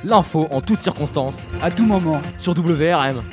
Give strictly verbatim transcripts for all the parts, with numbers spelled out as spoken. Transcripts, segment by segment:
L'info en toutes circonstances, à tout moment, sur W R M.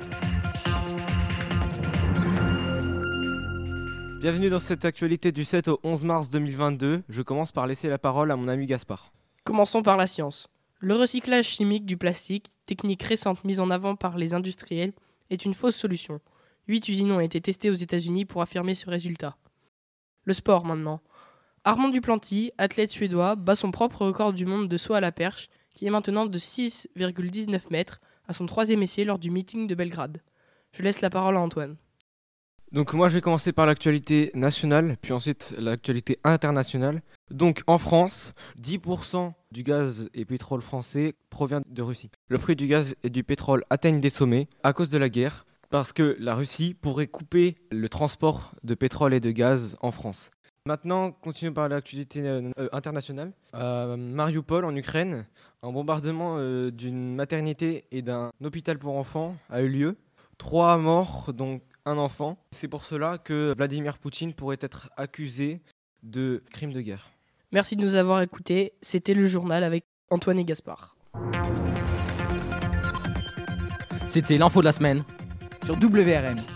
Bienvenue dans cette actualité du sept au onze mars deux mille vingt-deux. Je commence par laisser la parole à mon ami Gaspard. Commençons par la science. Le recyclage chimique du plastique, technique récente mise en avant par les industriels, est une fausse solution. Huit usines ont été testées aux États-Unis pour affirmer ce résultat. Le sport maintenant. Armand Duplantis, athlète suédois, bat son propre record du monde de saut à la perche, qui est maintenant de six virgule dix-neuf mètres, à son troisième essai lors du meeting de Belgrade. Je laisse la parole à Antoine. Donc moi je vais commencer par l'actualité nationale, puis ensuite l'actualité internationale. Donc en France, dix pour cent du gaz et pétrole français provient de Russie. Le prix du gaz et du pétrole atteignent des sommets à cause de la guerre, parce que la Russie pourrait couper le transport de pétrole et de gaz en France. Maintenant, continuons par l'actualité euh, internationale. Euh, Mariupol en Ukraine, un bombardement euh, d'une maternité et d'un hôpital pour enfants a eu lieu. Trois morts, dont un enfant. C'est pour cela que Vladimir Poutine pourrait être accusé de crimes de guerre. Merci de nous avoir écoutés. C'était le journal avec Antoine et Gaspard. C'était l'info de la semaine sur W R M.